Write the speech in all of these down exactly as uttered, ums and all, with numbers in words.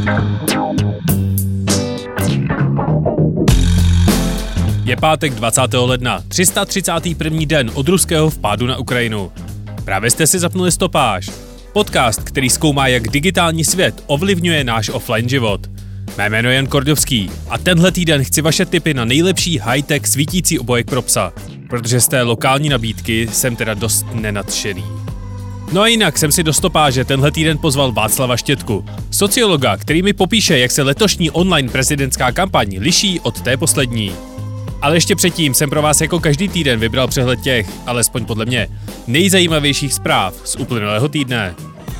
Je pátek dvacátého ledna, tři sta třicátý první den od ruského vpádu na Ukrajinu. Právě jste si zapnuli Stopáž, podcast, který zkoumá, jak digitální svět ovlivňuje náš offline život. Mé jméno je Jan Kordovský a tenhle týden chci vaše tipy na nejlepší high-tech svítící obojek pro psa, protože z té lokální nabídky jsem teda dost nenadšený. No a jinak jsem si do Stopáže tenhle týden pozval Václava Štětku, sociologa, který mi popíše, jak se letošní online prezidentská kampaň liší od té poslední. Ale ještě předtím jsem pro vás jako každý týden vybral přehled těch, alespoň podle mě, nejzajímavějších zpráv z uplynulého týdne.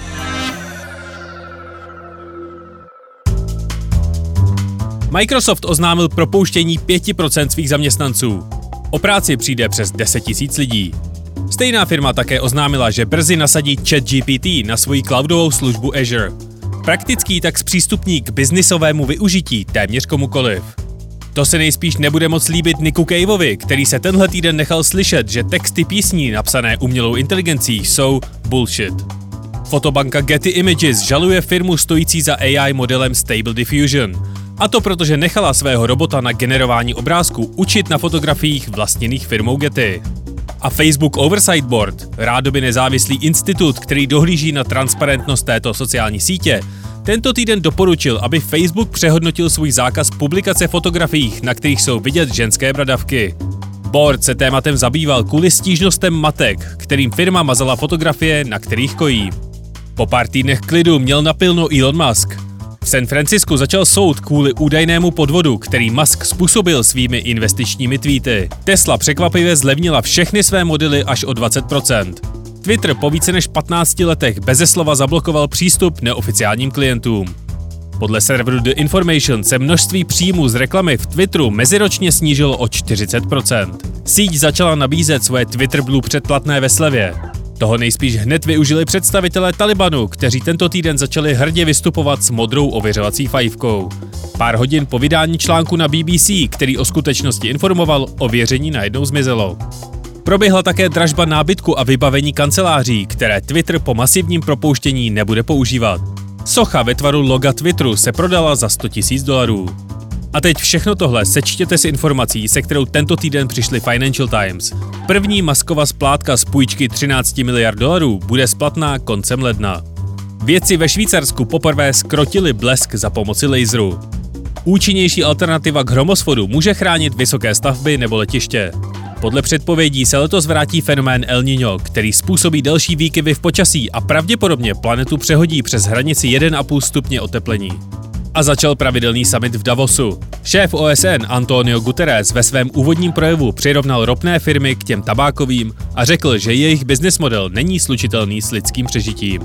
Microsoft oznámil propouštění pět procent svých zaměstnanců. O práci přijde přes deset tisíc lidí. Stejná firma také oznámila, že brzy nasadí ChatGPT na svoji cloudovou službu Azure. Praktický tak zpřístupní k biznisovému využití téměř komukoliv. To se nejspíš nebude moc líbit Nicku Caveovi, který se tenhle týden nechal slyšet, že texty písní napsané umělou inteligencí jsou bullshit. Fotobanka Getty Images žaluje firmu stojící za A I modelem Stable Diffusion. A to protože nechala svého robota na generování obrázků učit na fotografiích vlastněných firmou Getty. A Facebook Oversight Board, rádoby nezávislý institut, který dohlíží na transparentnost této sociální sítě, tento týden doporučil, aby Facebook přehodnotil svůj zákaz publikace fotografií, na kterých jsou vidět ženské bradavky. Board se tématem zabýval kvůli stížnostem matek, kterým firma mazala fotografie, na kterých kojí. Po pár týdnech klidu měl napilno Elon Musk. V San Francisku začal soud kvůli údajnému podvodu, který Musk způsobil svými investičními tweety. Tesla překvapivě zlevnila všechny své modely až o dvacet procent. Twitter po více než patnácti letech beze slova zablokoval přístup neoficiálním klientům. Podle serveru The Information se množství příjmů z reklamy v Twitteru meziročně snížilo o čtyřicet procent. Síť začala nabízet svoje Twitter Blue předplatné ve slevě. Toho nejspíš hned využili představitelé Talibanu, kteří tento týden začali hrdě vystupovat s modrou ověřovací fajfkou. Pár hodin po vydání článku na B B C, který o skutečnosti informoval, ověření najednou zmizelo. Proběhla také dražba nábytku a vybavení kanceláří, které Twitter po masivním propouštění nebude používat. Socha ve tvaru loga Twitteru se prodala za sto tisíc dolarů. A teď všechno tohle sečtěte s informací, se kterou tento týden přišli Financial Times. První Muskova splátka z půjčky třináct miliard dolarů bude splatná koncem ledna. Vědci ve Švýcarsku poprvé zkrotili blesk za pomoci laseru. Účinnější alternativa k hromosvodu může chránit vysoké stavby nebo letiště. Podle předpovědí se letos vrátí fenomén El Niño, který způsobí delší výkyvy v počasí a pravděpodobně planetu přehodí přes hranici jedna celá pět stupně oteplení. A začal pravidelný summit v Davosu. Šéf O S N Antonio Guterres ve svém úvodním projevu přirovnal ropné firmy k těm tabákovým a řekl, že jejich business model není slučitelný s lidským přežitím.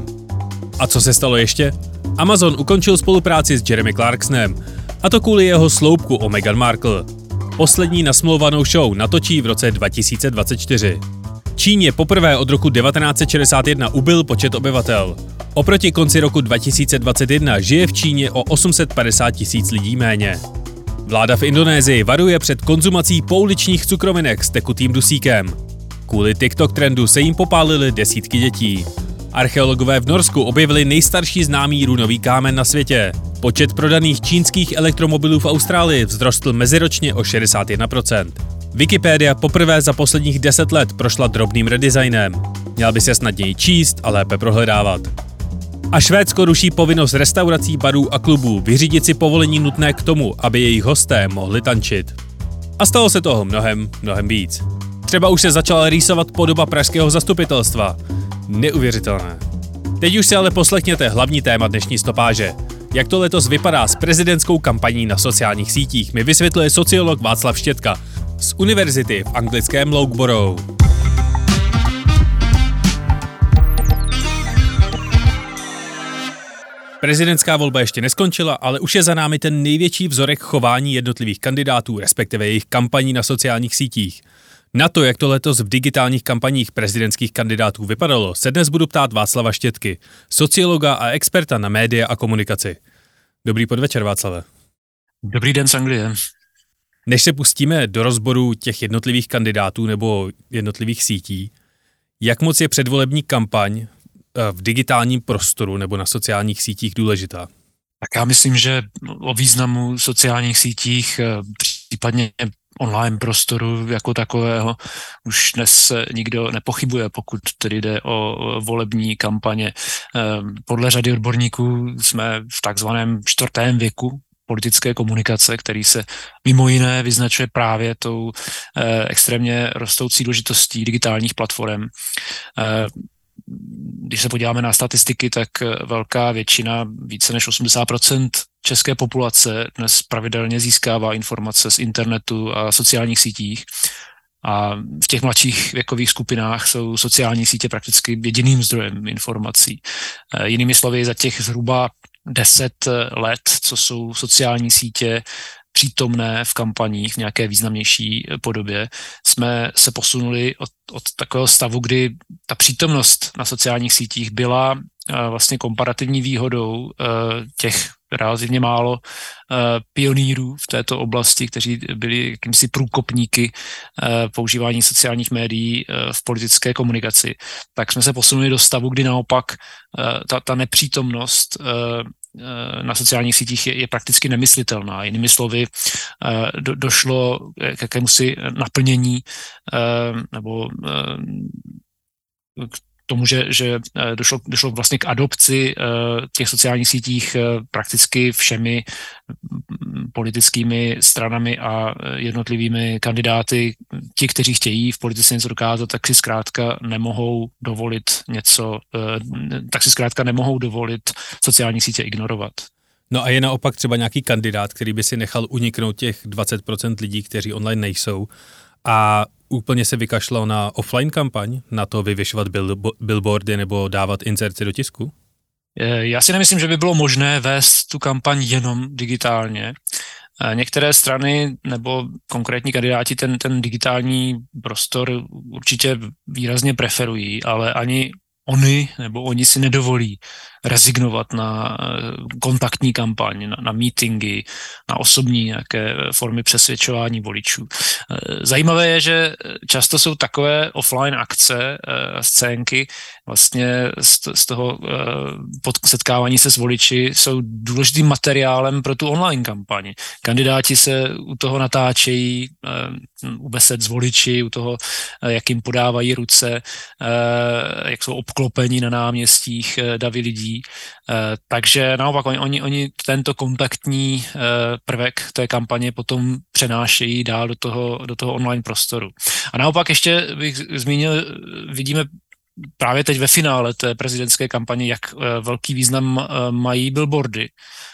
A co se stalo ještě? Amazon ukončil spolupráci s Jeremy Clarksonem, a to kvůli jeho sloupku o Meghan Markle. Poslední nasmlouvanou show natočí v roce dva tisíce dvacet čtyři. Číně poprvé od roku devatenáct set šedesát jedna ubyl počet obyvatel. Oproti konci roku dva tisíce dvacet jedna žije v Číně o osm set padesát tisíc lidí méně. Vláda v Indonésii varuje před konzumací pouličních cukrovinek s tekutým dusíkem. Kvůli TikTok trendu se jim popálily desítky dětí. Archeologové v Norsku objevili nejstarší známý runový kámen na světě. Počet prodaných čínských elektromobilů v Austrálii vzrostl meziročně o šedesát jedna procent. Wikipedia poprvé za posledních deset let prošla drobným redesignem. Měla by se snadněji číst a lépe prohledávat. A Švédsko ruší povinnost restaurací, barů a klubů vyřídit si povolení nutné k tomu, aby jejich hosté mohli tančit. A stalo se toho mnohem, mnohem víc. Třeba už se začala rýsovat podoba pražského zastupitelstva. Neuvěřitelné. Teď už si ale poslechněte hlavní téma dnešní Stopáže. Jak to letos vypadá s prezidentskou kampaní na sociálních sítích, mi vysvětluje sociolog Václav Štětka z univerzity v anglickém Loughborough. Prezidentská volba ještě neskončila, ale už je za námi ten největší vzorek chování jednotlivých kandidátů, respektive jejich kampaní na sociálních sítích. Na to, jak to letos v digitálních kampaních prezidentských kandidátů vypadalo, se dnes budu ptát Václava Štětky, sociologa a experta na média a komunikaci. Dobrý podvečer, Václave. Dobrý den z Anglie. Než se pustíme do rozboru těch jednotlivých kandidátů nebo jednotlivých sítí, jak moc je předvolební kampaň v digitálním prostoru nebo na sociálních sítích důležitá? Tak já myslím, že o významu sociálních sítích, případně online prostoru jako takového, už dnes nikdo nepochybuje, pokud tedy jde o volební kampaně. Podle řady odborníků jsme v takzvaném čtvrtém věku politické komunikace, který se mimo jiné vyznačuje právě tou extrémně rostoucí důležitostí digitálních platform. Když se podíváme na statistiky, tak velká většina, více než osmdesát procent české populace dnes pravidelně získává informace z internetu a sociálních sítích. A v těch mladších věkových skupinách jsou sociální sítě prakticky jediným zdrojem informací. Jinými slovy, za těch zhruba deset let, co jsou sociální sítě přítomné v kampaních v nějaké významnější podobě, jsme se posunuli od, od takového stavu, kdy ta přítomnost na sociálních sítích byla uh, vlastně komparativní výhodou uh, těch relativně málo uh, pionýrů v této oblasti, kteří byli jakýmsi průkopníky uh, používání sociálních médií uh, v politické komunikaci. Tak jsme se posunuli do stavu, kdy naopak uh, ta, ta nepřítomnost uh, na sociálních sítích je, je prakticky nemyslitelná. Jinými slovy, do, došlo k jakémusi naplnění nebo k tomu, že, že došlo, došlo vlastně k adopci těch sociálních sítích prakticky všemi politickými stranami a jednotlivými kandidáty. Ti, kteří chtějí v politice něco dokázat, tak si zkrátka nemohou dovolit něco, tak si zkrátka nemohou dovolit sociální sítě ignorovat. No a je naopak třeba nějaký kandidát, který by si nechal uniknout těch dvacet procent lidí, kteří online nejsou a úplně se vykašlal na offline kampaň, na to vyvěšovat bil- billboardy nebo dávat inzerci do tisku? Já si nemyslím, že by bylo možné vést tu kampaň jenom digitálně. Některé strany nebo konkrétní kandidáti ten, ten digitální prostor určitě výrazně preferují, ale ani oni nebo oni si nedovolí rezignovat na kontaktní kampaň, na, na meetingy, na osobní nějaké formy přesvědčování voličů. Zajímavé je, že často jsou takové offline akce, scénky, vlastně z, z toho setkávání se s voliči jsou důležitým materiálem pro tu online kampaň. Kandidáti se u toho natáčejí, u besed s voliči, u toho, jak jim podávají ruce, jak jsou obklopeni na náměstích davy lidí. Takže naopak oni, oni, oni tento kontaktní prvek té kampaně potom přenášejí dál do toho, do toho online prostoru. A naopak ještě bych zmínil, vidíme právě teď ve finále té prezidentské kampaně, jak velký význam mají billboardy,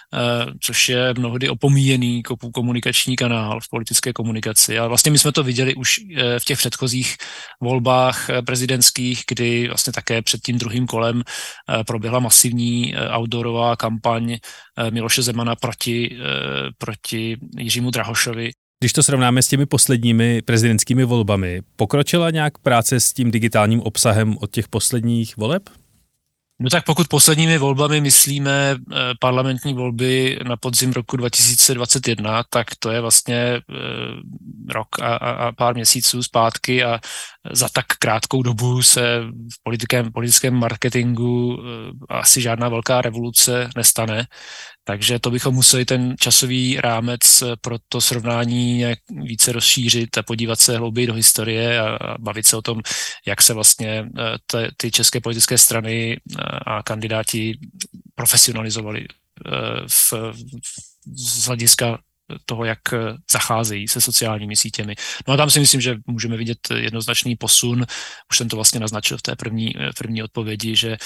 což je mnohdy opomíjený komunikační kanál v politické komunikaci. A vlastně my jsme to viděli už v těch předchozích volbách prezidentských, kdy vlastně také před tím druhým kolem proběhla masivní outdoorová kampaň Miloše Zemana proti, proti Jiřímu Drahošovi. Když to srovnáme s těmi posledními prezidentskými volbami, pokročila nějak práce s tím digitálním obsahem od těch posledních voleb? No tak pokud posledními volbami myslíme parlamentní volby na podzim roku dva tisíce dvacet jedna, tak to je vlastně rok a, a pár měsíců zpátky a za tak krátkou dobu se v politickém, politickém marketingu asi žádná velká revoluce nestane. Takže to bychom museli ten časový rámec pro to srovnání nějak více rozšířit a podívat se hlouběji do historie a, a bavit se o tom, jak se vlastně te, ty české politické strany a kandidáti profesionalizovali v, v, z hlediska toho, jak zacházejí se sociálními sítěmi. No a tam si myslím, že můžeme vidět jednoznačný posun. Už jsem to vlastně naznačil v té první, první odpovědi, že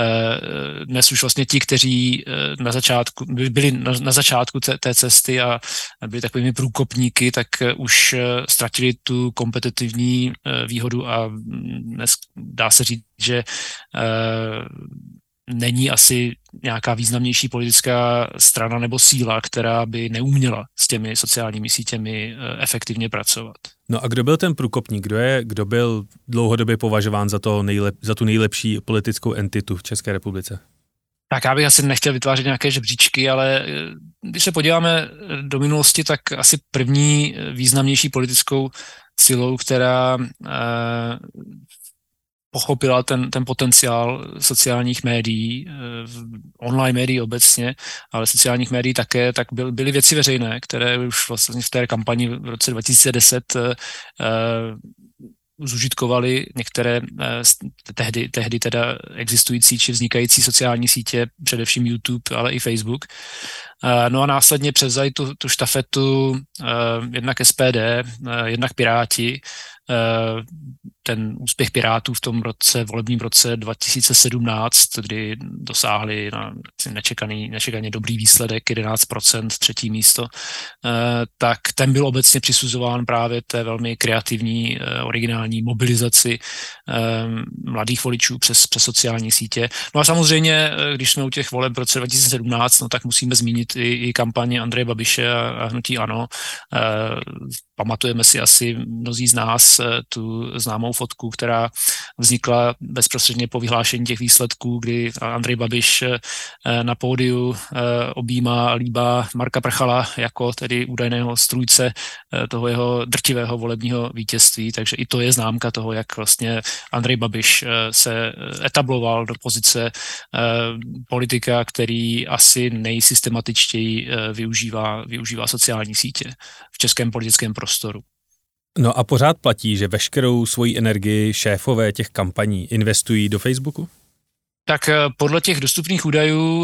dnes už vlastně ti, kteří na začátku, byli na, na začátku té, té cesty a byli takovými průkopníky, tak už ztratili tu kompetitivní výhodu a dnes dá se říct, že není asi nějaká významnější politická strana nebo síla, která by neuměla s těmi sociálními sítěmi efektivně pracovat. No a kdo byl ten průkopník? Kdo je, kdo byl dlouhodobě považován za, to nejlep, za tu nejlepší politickou entitu v České republice? Tak já bych asi nechtěl vytvářet nějaké žebříčky, ale když se podíváme do minulosti, tak asi první významnější politickou silou, která pochopila ten, ten potenciál sociálních médií, online médií obecně, ale sociálních médií také, tak byly, byly věci veřejné, které už vlastně v té kampani v roce dva tisíce deset uh, zužitkovaly některé uh, tehdy, tehdy teda existující či vznikající sociální sítě, především YouTube, ale i Facebook. Uh, no a následně převzali tu, tu štafetu uh, jednak S P D, uh, jednak Piráti. Uh, ten úspěch Pirátů v tom roce, volebním roce dva tisíce sedmnáct, kdy dosáhli na nečekaný, nečekaně dobrý výsledek, jedenáct procent, třetí místo, tak ten byl obecně přisuzován právě té velmi kreativní, originální mobilizaci mladých voličů přes, přes sociální sítě. No a samozřejmě, když jsme u těch voleb v roce dva tisíce sedmnáct, no tak musíme zmínit i, i kampaně Andreje Babiše a, a hnutí ANO. Pamatujeme si asi mnozí z nás tu známou fotku, která vznikla bezprostředně po vyhlášení těch výsledků, kdy Andrej Babiš na pódiu objímá, líbá Marka Prchala jako tedy údajného strůjce toho jeho drtivého volebního vítězství, takže i to je známka toho, jak vlastně Andrej Babiš se etabloval do pozice politika, který asi nejsystematičtěji využívá, využívá sociální sítě v českém politickém prostoru. No a pořád platí, že veškerou svoji energii šéfové těch kampaní investují do Facebooku? Tak podle těch dostupných údajů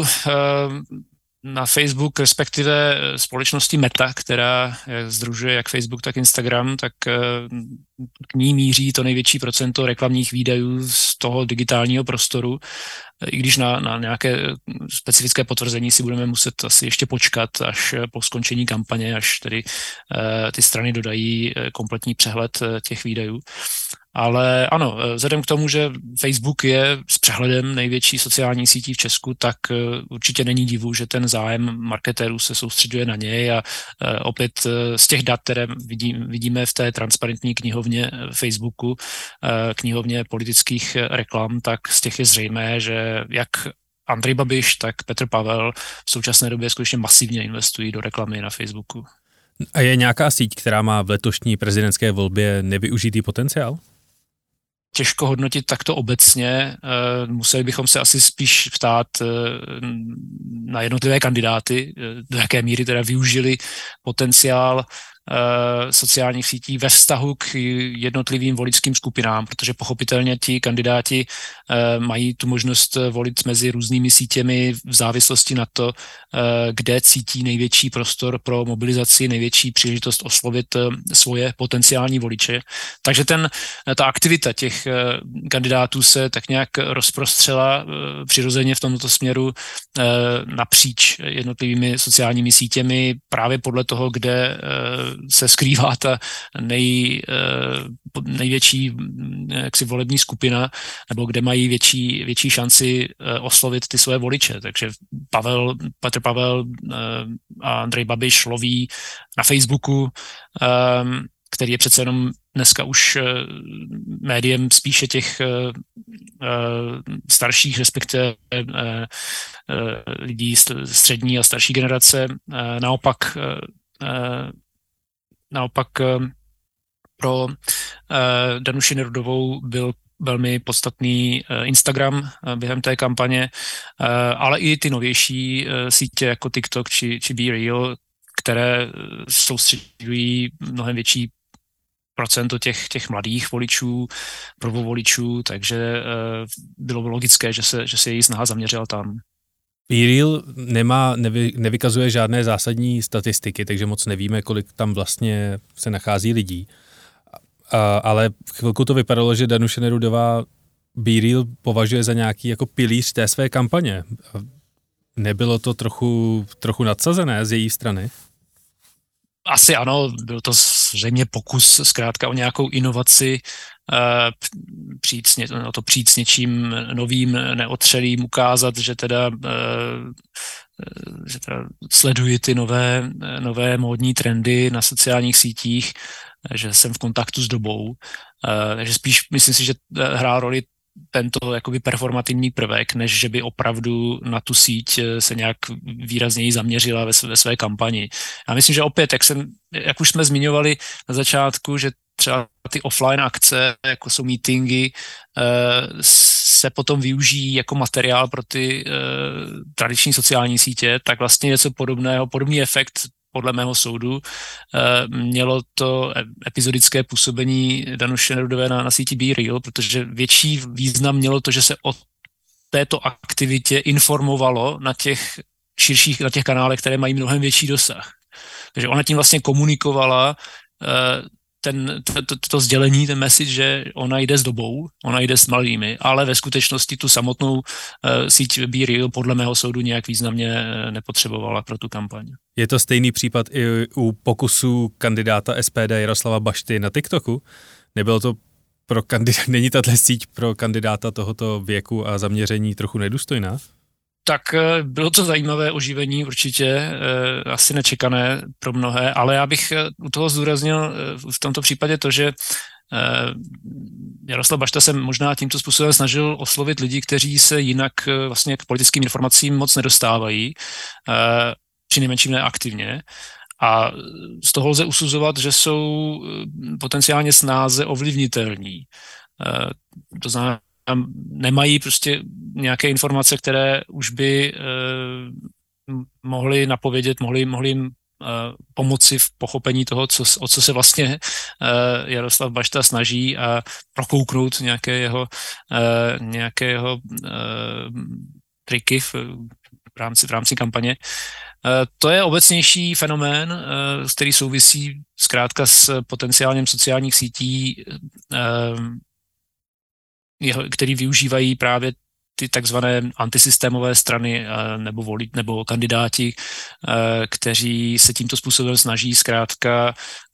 na Facebook, respektive společnosti Meta, která sdružuje jak Facebook, tak Instagram, tak k ní míří to největší procento reklamních výdajů z toho digitálního prostoru, i když na, na nějaké specifické potvrzení si budeme muset asi ještě počkat až po skončení kampaně, až tedy uh, ty strany dodají kompletní přehled těch výdajů. Ale ano, vzhledem k tomu, že Facebook je s přehledem největší sociální sítí v Česku, tak určitě není divu, že ten zájem marketérů se soustředuje na něj a opět z těch dat, které vidí, vidíme v té transparentní knihovně Facebooku, knihovně politických reklam, tak z těch je zřejmé, že jak Andrej Babiš, tak Petr Pavel v současné době skutečně masivně investují do reklamy na Facebooku. A je nějaká síť, která má v letošní prezidentské volbě nevyužitý potenciál? Těžko hodnotit takto obecně. Museli bychom se asi spíš ptát na jednotlivé kandidáty, do jaké míry teda využili potenciál sociálních sítí ve vztahu k jednotlivým voličským skupinám, protože pochopitelně ti kandidáti mají tu možnost volit mezi různými sítěmi v závislosti na to, kde cítí největší prostor pro mobilizaci, největší příležitost oslovit svoje potenciální voliče. Takže ten, ta aktivita těch kandidátů se tak nějak rozprostřela přirozeně v tomto směru napříč jednotlivými sociálními sítěmi právě podle toho, kde se skrývá ta nej, největší jaksi volební skupina, nebo kde mají větší, větší šanci oslovit ty své voliče. Takže Pavel, Petr Pavel a Andrej Babiš loví na Facebooku, který je přece jenom dneska už médiem spíše těch starších, respektive lidí střední a starší generace. Naopak Naopak pro Danuši Nerudovou byl velmi podstatný Instagram během té kampaně, ale i ty novější sítě jako TikTok či, či Be Real, které soustředují mnohem větší procento těch, těch mladých voličů, prvovoličů, takže bylo logické, že se, že se její snaha zaměřila tam. BeReal nemá, nevy, nevykazuje žádné zásadní statistiky, takže moc nevíme, kolik tam vlastně se nachází lidí. A, ale chvilku to vypadalo, že Danuše Nerudová BeReal považuje za nějaký jako pilíř té své kampaně. Nebylo to trochu, trochu nadsazené z její strany? Asi ano, byl to zřejmě pokus zkrátka o nějakou inovaci, přijít s, ně, no to přijít s něčím novým, neotřelým, ukázat, že teda, že teda sleduji ty nové, nové módní trendy na sociálních sítích, že jsem v kontaktu s dobou. Takže spíš myslím si, že hrál roli tento jakoby performativní prvek, než že by opravdu na tu síť se nějak výrazněji zaměřila ve, ve své kampani. Já myslím, že opět, jak, jsem, jak už jsme zmiňovali na začátku, že třeba ty offline akce, jako jsou meetingy, se potom využijí jako materiál pro ty tradiční sociální sítě, tak vlastně něco podobného, podobný efekt podle mého soudu mělo to epizodické působení Danuše Nerudové na, na síti Be Real, protože větší význam mělo to, že se o této aktivitě informovalo na těch širších, na těch kanálech, které mají mnohem větší dosah. Takže ona tím vlastně komunikovala ten, to, to, to sdělení, ten message, že ona jde s dobou, ona jde s malými, ale ve skutečnosti tu samotnou uh, síť Be Real podle mého soudu nějak významně nepotřebovala pro tu kampaň. Je to stejný případ i u pokusu kandidáta S P D Jaroslava Bašty na TikToku? Nebylo to pro kandidát, není tato síť pro kandidáta tohoto věku a zaměření trochu nedůstojná? Tak bylo to zajímavé oživení, určitě, asi nečekané pro mnohé, ale já bych u toho zdůraznil v tomto případě to, že Jaroslav Bašta se možná tímto způsobem snažil oslovit lidi, kteří se jinak vlastně k politickým informacím moc nedostávají, přinejmenším neaktivně. A z toho lze usuzovat, že jsou potenciálně snáze ovlivnitelní. To znamená, nemají prostě nějaké informace, které už by eh, mohly napovědět, mohly, mohly jim eh, pomoci v pochopení toho, co, o co se vlastně eh, Jaroslav Bašta snaží a prokouknout nějaké jeho, eh, nějaké jeho eh, triky v, v, rámci, v rámci kampaně. Eh, to je obecnější fenomén, eh, který souvisí zkrátka s potenciálem sociálních sítí, eh, který využívají právě ty takzvané antisystémové strany nebo volit, nebo kandidáti, kteří se tímto způsobem snaží zkrátka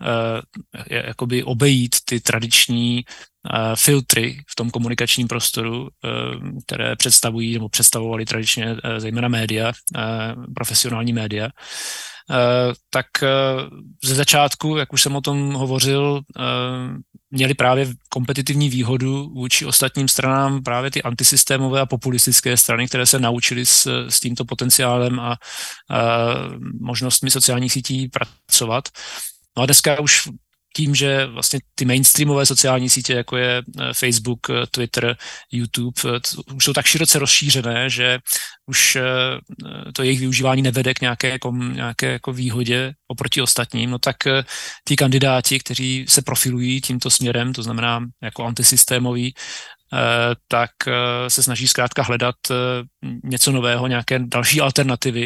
jakoby obejít ty tradiční filtry v tom komunikačním prostoru, které představují nebo představovaly tradičně zejména média, profesionální média. Tak ze začátku, jak už jsem o tom hovořil, měli právě kompetitivní výhodu vůči ostatním stranám právě ty antisystémové a populistické strany, které se naučily s, s tímto potenciálem a, a možnostmi sociálních sítí pracovat. No a dneska už tím, že vlastně ty mainstreamové sociální sítě, jako je Facebook, Twitter, YouTube, už jsou tak široce rozšířené, že už to jejich využívání nevede k nějaké, nějaké jako výhodě oproti ostatním, no tak ti kandidáti, kteří se profilují tímto směrem, to znamená jako antisystémový, tak se snaží zkrátka hledat něco nového, nějaké další alternativy,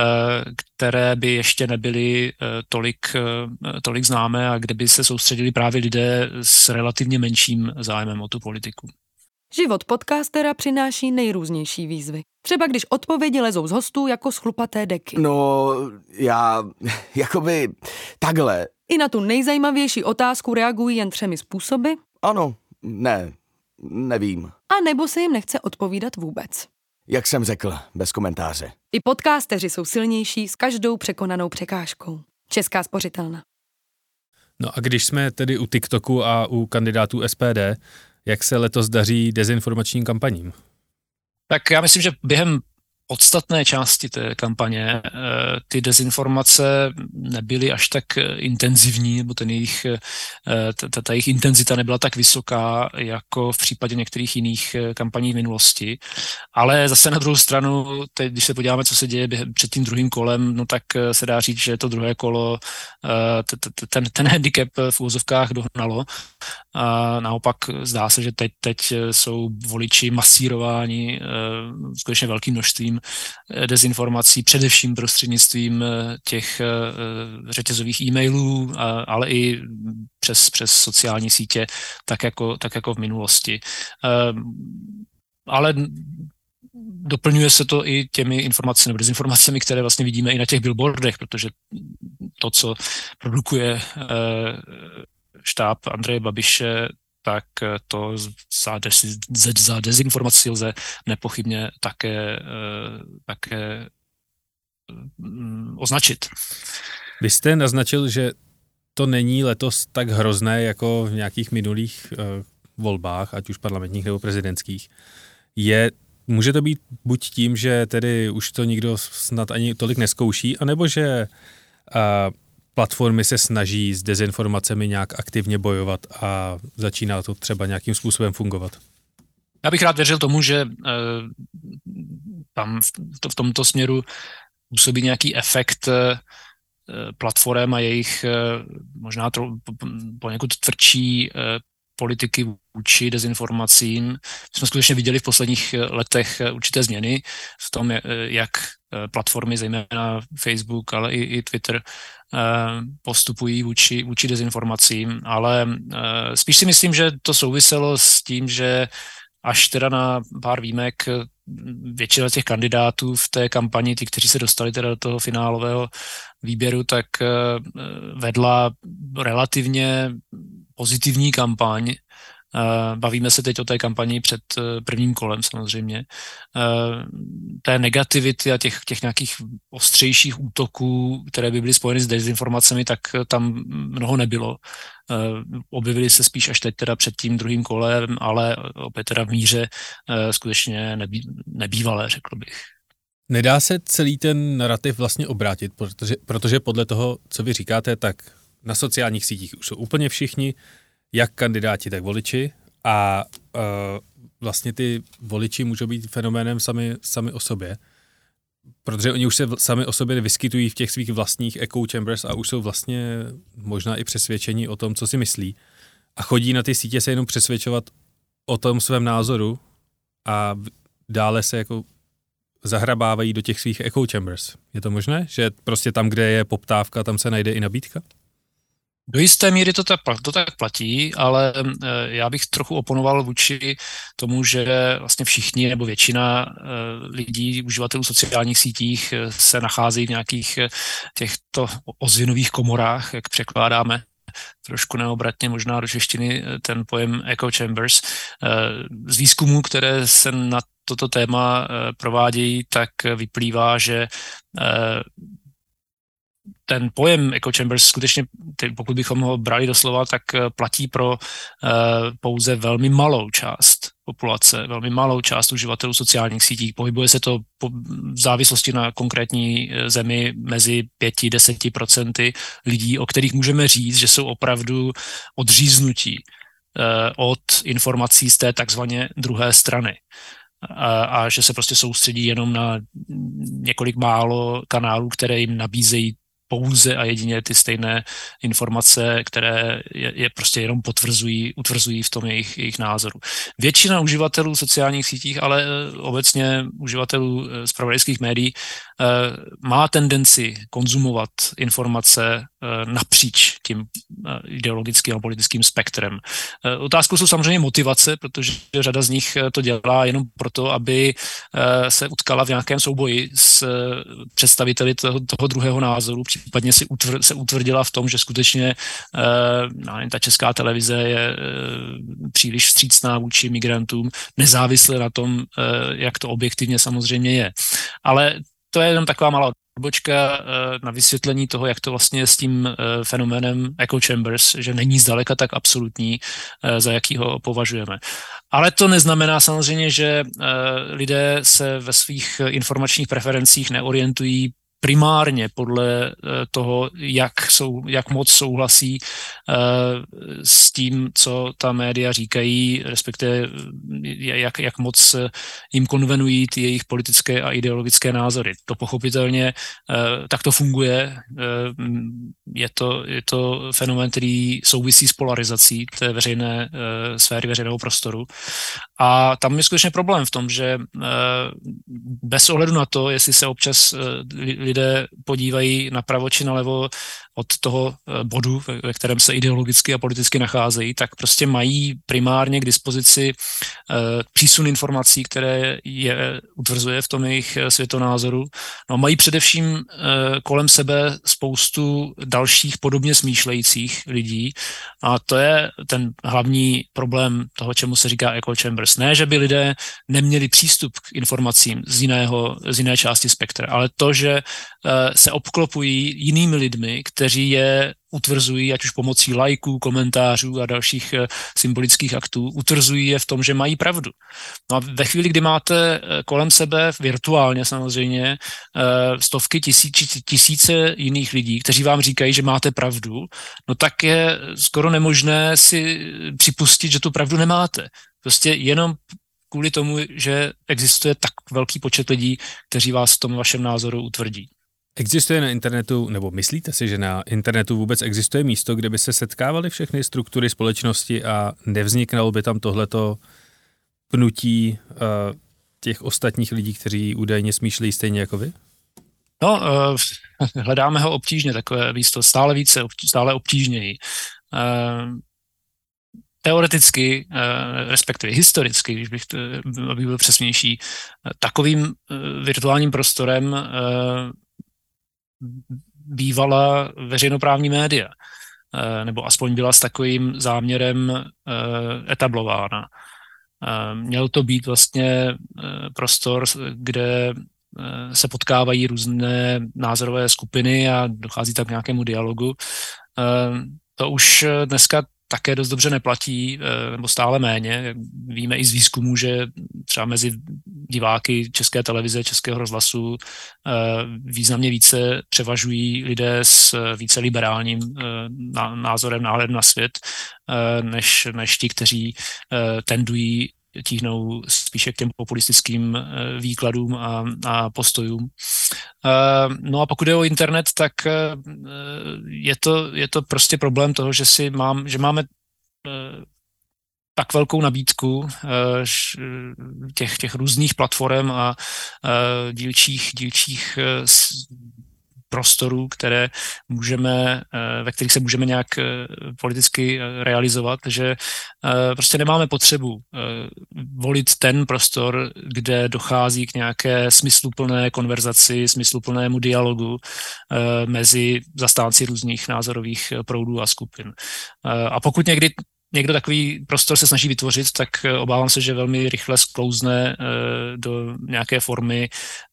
které by ještě nebyly tolik, tolik známé a kde by se soustředili právě lidé s relativně menším zájmem o tu politiku. Život podcastera přináší nejrůznější výzvy. Třeba když odpovědi lezou z hostů jako z chlupaté deky. No, já, jakoby, takhle. I na tu nejzajímavější otázku reagují jen třemi způsoby. Ano, ne, nevím. A nebo se jim nechce odpovídat vůbec. Jak jsem řekl, bez komentáře. I podcasteři jsou silnější s každou překonanou překážkou. Česká spořitelna. No a když jsme tedy u TikToku a u kandidátů S P D, jak se letos daří dezinformačním kampaním? Tak já myslím, že během podstatné části té kampaně ty dezinformace nebyly až tak intenzivní, nebo ten jejich, ta, ta jejich intenzita nebyla tak vysoká, jako v případě některých jiných kampaní v minulosti. Ale zase na druhou stranu, teď, když se podíváme, co se děje před tím druhým kolem, no tak se dá říct, že to druhé kolo ten, ten handicap v úvozovkách dohnalo. A naopak zdá se, že teď, teď jsou voliči masírováni skutečně velkým množstvím dezinformací, především prostřednictvím těch řetězových e-mailů, ale i přes, přes sociální sítě, tak jako, tak jako v minulosti. Ale doplňuje se to i těmi informacemi nebo dezinformacemi, které vlastně vidíme i na těch billboardech, protože to, co produkuje štáb Andreje Babiše, tak to za, desi, za dezinformaci lze nepochybně také, také označit. Vy jste naznačil, že to není letos tak hrozné jako v nějakých minulých uh, volbách, ať už parlamentních nebo prezidentských. Je, může to být buď tím, že tedy už to nikdo snad ani tolik neskouší, anebo že uh, platformy se snaží s dezinformacemi nějak aktivně bojovat a začíná to třeba nějakým způsobem fungovat? Já bych rád věřil tomu, že eh, tam v, to, v tomto směru působí nějaký efekt eh, platform a jejich eh, možná tro, poněkud tvrdší eh, politiky vůči dezinformacím. My jsme skutečně viděli v posledních letech určité změny v tom, jak platformy, zejména Facebook, ale i, i Twitter, postupují vůči, vůči dezinformacím, ale spíš si myslím, že to souviselo s tím, že až teda na pár výjimek většina těch kandidátů v té kampani, ty, kteří se dostali teda do toho finálového výběru, tak vedla relativně pozitivní kampaň. Bavíme se teď o té kampani před prvním kolem samozřejmě. Té negativity a těch, těch nějakých ostřejších útoků, které by byly spojeny s dezinformacemi, tak tam mnoho nebylo. Objevily se spíš až teď teda před tím druhým kolem, ale opět teda v míře skutečně nebý, nebývalé, řekl bych. Nedá se celý ten narrativ vlastně obrátit, protože, protože podle toho, co vy říkáte, tak na sociálních sítích už jsou úplně všichni, jak kandidáti, tak voliči a uh, vlastně ty voliči můžou být fenoménem sami, sami o sobě, protože oni už se sami o sobě vyskytují v těch svých vlastních echo chambers a už jsou vlastně možná i přesvědčení o tom, co si myslí a chodí na ty sítě se jenom přesvědčovat o tom svém názoru a dále se jako zahrabávají do těch svých echo chambers. Je to možné, že prostě tam, kde je poptávka, tam se najde i nabídka? Do jisté míry to tak, to tak platí, ale já bych trochu oponoval vůči tomu, že vlastně všichni nebo většina lidí, uživatelů sociálních sítích se nacházejí v nějakých těchto ozvěnových komorách, jak překládáme trošku neobratně možná do češtiny ten pojem echo chambers. Z výzkumů, které se na toto téma provádějí, tak vyplývá, že ten pojem echo chambers skutečně, pokud bychom ho brali doslova, tak platí pro uh, pouze velmi malou část populace, velmi malou část uživatelů sociálních sítí. Pohybuje se to po, v závislosti na konkrétní zemi mezi pěti až deseti procenty lidí, o kterých můžeme říct, že jsou opravdu odříznutí uh, od informací z té takzvané druhé strany. A, a že se prostě soustředí jenom na několik málo kanálů, které jim nabízejí pouze a jedině ty stejné informace, které je, je prostě jenom potvrzují, utvrzují v tom jejich, jejich názoru. Většina uživatelů sociálních sítích, ale obecně uživatelů zpravodajských médií má tendenci konzumovat informace napříč tím ideologickým a politickým spektrem. Otázkou jsou samozřejmě motivace, protože řada z nich to dělá jenom proto, aby se utkala v nějakém souboji s představiteli toho, toho druhého názoru, případně si utvr, se utvrdila v tom, že skutečně uh, ta česká televize je uh, příliš vstřícná vůči migrantům, nezávisle na tom, uh, jak to objektivně samozřejmě je. Ale to je jenom taková malá odbočka uh, na vysvětlení toho, jak to vlastně je s tím uh, fenoménem echo chambers, že není zdaleka tak absolutní, uh, za jaký ho považujeme. Ale to neznamená samozřejmě, že uh, lidé se ve svých informačních preferencích neorientují primárně podle toho, jak, jsou, jak moc souhlasí uh, s tím, co ta média říkají, respektive jak, jak moc jim konvenují ty jejich politické a ideologické názory. To pochopitelně uh, tak to funguje. Uh, je to, je to fenomén, který souvisí s polarizací té veřejné uh, sféry, veřejného prostoru. A tam je skutečně problém v tom, že uh, bez ohledu na to, jestli se občas uh, lidé podívají napravo či nalevo od toho bodu, ve kterém se ideologicky a politicky nacházejí, tak prostě mají primárně k dispozici uh, přísun informací, které je utvrzuje v tom jejich světonázoru. No, mají především uh, kolem sebe spoustu dalších podobně smýšlejících lidí a to je ten hlavní problém toho, čemu se říká echo chambers. Ne, že by lidé neměli přístup k informacím z, jiného, z jiné části spektra, ale to, že se obklopují jinými lidmi, kteří je utvrzují, ať už pomocí lajků, komentářů a dalších symbolických aktů, utvrzují je v tom, že mají pravdu. No a ve chvíli, kdy máte kolem sebe virtuálně samozřejmě stovky tisíc, tisíce jiných lidí, kteří vám říkají, že máte pravdu, no tak je skoro nemožné si připustit, že tu pravdu nemáte. Prostě jenom kvůli tomu, že existuje tak velký počet lidí, kteří vás v tom vašem názoru utvrdí. Existuje na internetu, nebo myslíte si, že na internetu vůbec existuje místo, kde by se setkávaly všechny struktury společnosti a nevzniknalo by tam tohleto pnutí uh, těch ostatních lidí, kteří údajně smýšlejí stejně jako vy? No, uh, hledáme ho obtížně, takové místo, stále více, stále obtížněji. Uh, Teoreticky, respektive historicky, když bych to, abych byl přesnější, takovým virtuálním prostorem bývala veřejnoprávní média, nebo aspoň byla s takovým záměrem etablována. Měl to být vlastně prostor, kde se potkávají různé názorové skupiny a dochází tak k nějakému dialogu. To už dneska také dost dobře neplatí, nebo stále méně. Víme i z výzkumu, že třeba mezi diváky České televize, Českého rozhlasu významně více převažují lidé s více liberálním názorem, náhledem na svět, než, než ti, kteří tendují tíhnou spíše k těm populistickým výkladům a, a postojům. No a pokud je o internet, tak je to, je to prostě problém toho, že si mám, že máme tak velkou nabídku těch, těch různých platform a dílčích, dílčích prostorů, které můžeme, ve kterých se můžeme nějak politicky realizovat, že prostě nemáme potřebu volit ten prostor, kde dochází k nějaké smysluplné konverzaci, smysluplnému dialogu mezi zastánci různých názorových proudů a skupin. A pokud někdy někdo takový prostor se snaží vytvořit, tak obávám se, že velmi rychle sklouzne do nějaké formy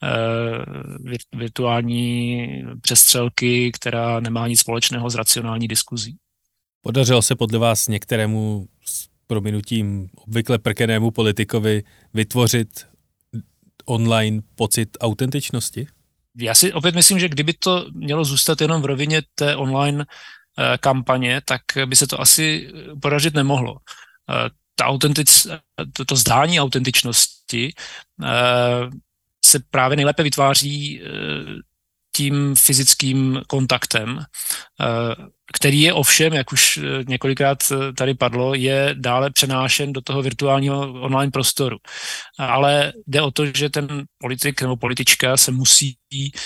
virtuální přestřelky, která nemá nic společného s racionální diskuzí. Podařilo se podle vás některému s prominutím obvykle prkenému politikovi vytvořit online pocit autentičnosti? Já si opět myslím, že kdyby to mělo zůstat jenom v rovině té online kampaně, tak by se to asi podařit nemohlo. Ta autentic, to, to zdání autentičnosti se právě nejlépe vytváří tím fyzickým kontaktem, který je ovšem, jak už několikrát tady padlo, je dále přenášen do toho virtuálního online prostoru. Ale jde o to, že ten politik nebo politička se musí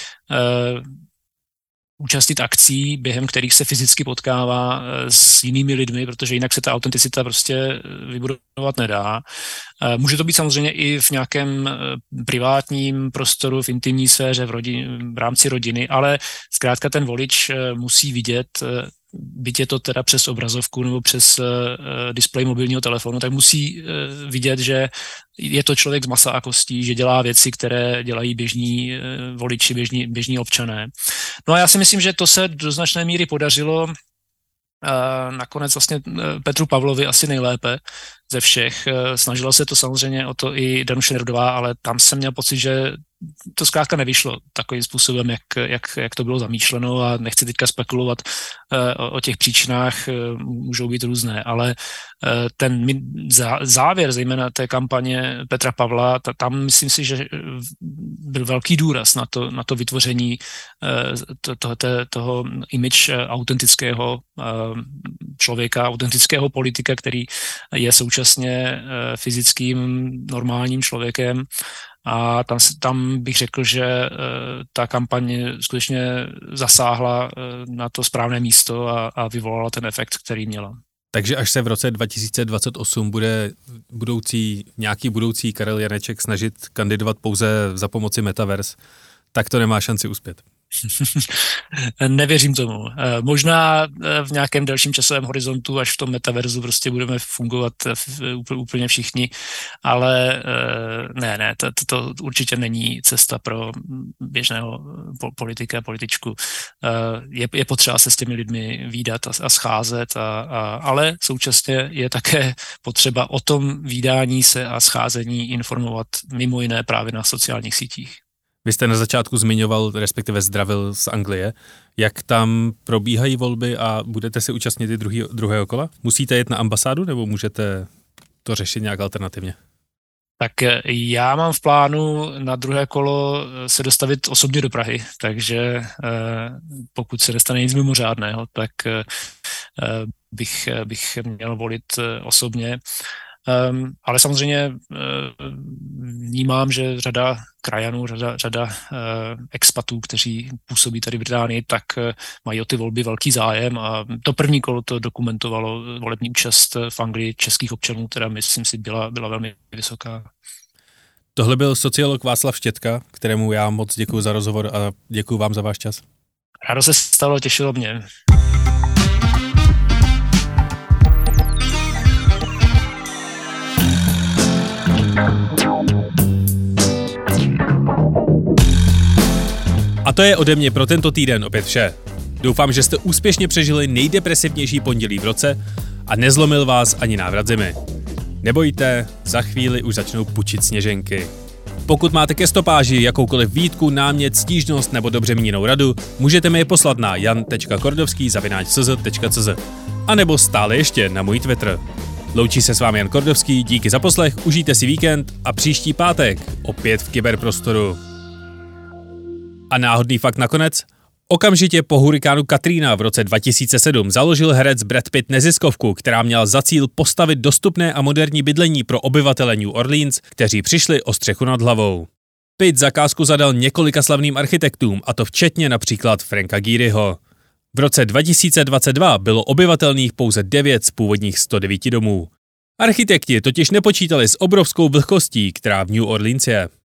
účastnit akcí, během kterých se fyzicky potkává s jinými lidmi, protože jinak se ta autenticita prostě vybudovat nedá. Může to být samozřejmě i v nějakém privátním prostoru, v intimní sféře, v, rodin, v rámci rodiny, ale zkrátka ten volič musí vidět, byť je to teda přes obrazovku nebo přes uh, displej mobilního telefonu, tak musí uh, vidět, že je to člověk z masa a kostí, že dělá věci, které dělají běžní uh, voliči, běžní, běžní občané. No a já si myslím, že to se do značné míry podařilo uh, nakonec vlastně Petru Pavlovi asi nejlépe ze všech. Uh, snažila se to samozřejmě o to i Danuše Nerudová, ale tam jsem měl pocit, že to zkrátka nevyšlo takovým způsobem, jak, jak, jak to bylo zamýšleno a nechci teďka spekulovat uh, o, o těch příčinách, uh, můžou být různé, ale uh, ten zá, závěr, zejména té kampaně Petra Pavla, ta, tam myslím si, že byl velký důraz na to, na to vytvoření uh, to, to, to, toho image autentického uh, člověka, autentického politika, který je současně uh, fyzickým normálním člověkem. A tam, tam bych řekl, že uh, ta kampaň skutečně zasáhla uh, na to správné místo a, a vyvolala ten efekt, který měla. Takže až se v roce dva tisíce dvacet osm bude budoucí, nějaký budoucí Karel Janeček snažit kandidovat pouze za pomoci Metaverse, tak to nemá šanci uspět. Nevěřím tomu. Možná v nějakém delším časovém horizontu, až v tom metaverzu prostě budeme fungovat úplně všichni, ale ne, ne, to, to určitě není cesta pro běžného politika, političku. Je, je potřeba se s těmi lidmi vídat a, a scházet, a, a, ale současně je také potřeba o tom vídání se a scházení informovat mimo jiné právě na sociálních sítích. Vy jste na začátku zmiňoval, respektive zdravil z Anglie. Jak tam probíhají volby a budete se účastnit i druhý, druhého kola? Musíte jet na ambasádu nebo můžete to řešit nějak alternativně? Tak já mám v plánu na druhé kolo se dostavit osobně do Prahy, takže pokud se nestane nic mimořádného, tak bych, bych měl volit osobně. Um, ale samozřejmě uh, vnímám, že řada krajanů, řada, řada uh, expatů, kteří působí tady v Británii, tak uh, mají o ty volby velký zájem a to první kolo to dokumentovalo volební účast v Anglii českých občanů, která myslím si byla, byla velmi vysoká. Tohle byl sociolog Václav Štětka, kterému já moc děkuji za rozhovor a děkuji vám za váš čas. Rádo se stalo, těšilo mě. A to je ode mě pro tento týden opět vše. Doufám, že jste úspěšně přežili nejdepresivnější pondělí v roce a nezlomil vás ani návrat zimy. Nebojte, za chvíli už začnou pučit sněženky. Pokud máte ke stopáži jakoukoliv výtku, námět, stížnost nebo dobře míněnou radu, můžete mi je poslat na jan tečka kordovský zavináč c z tečka c z a nebo stále ještě na můj Twitter. Loučí se s vámi Jan Kordovský, díky za poslech, užijte si víkend a příští pátek opět v kyberprostoru. A náhodný fakt nakonec? Okamžitě po hurikánu Katrina v roce dva tisíce sedm založil herec Brad Pitt neziskovku, která měla za cíl postavit dostupné a moderní bydlení pro obyvatele New Orleans, kteří přišli o střechu nad hlavou. Pitt zakázku zadal několika slavným architektům, a to včetně například Franka Gehryho. V roce dva tisíce dvacet dva bylo obyvatelných pouze devět z původních sto devět domů. Architekti totiž nepočítali s obrovskou vlhkostí, která v New Orleans je.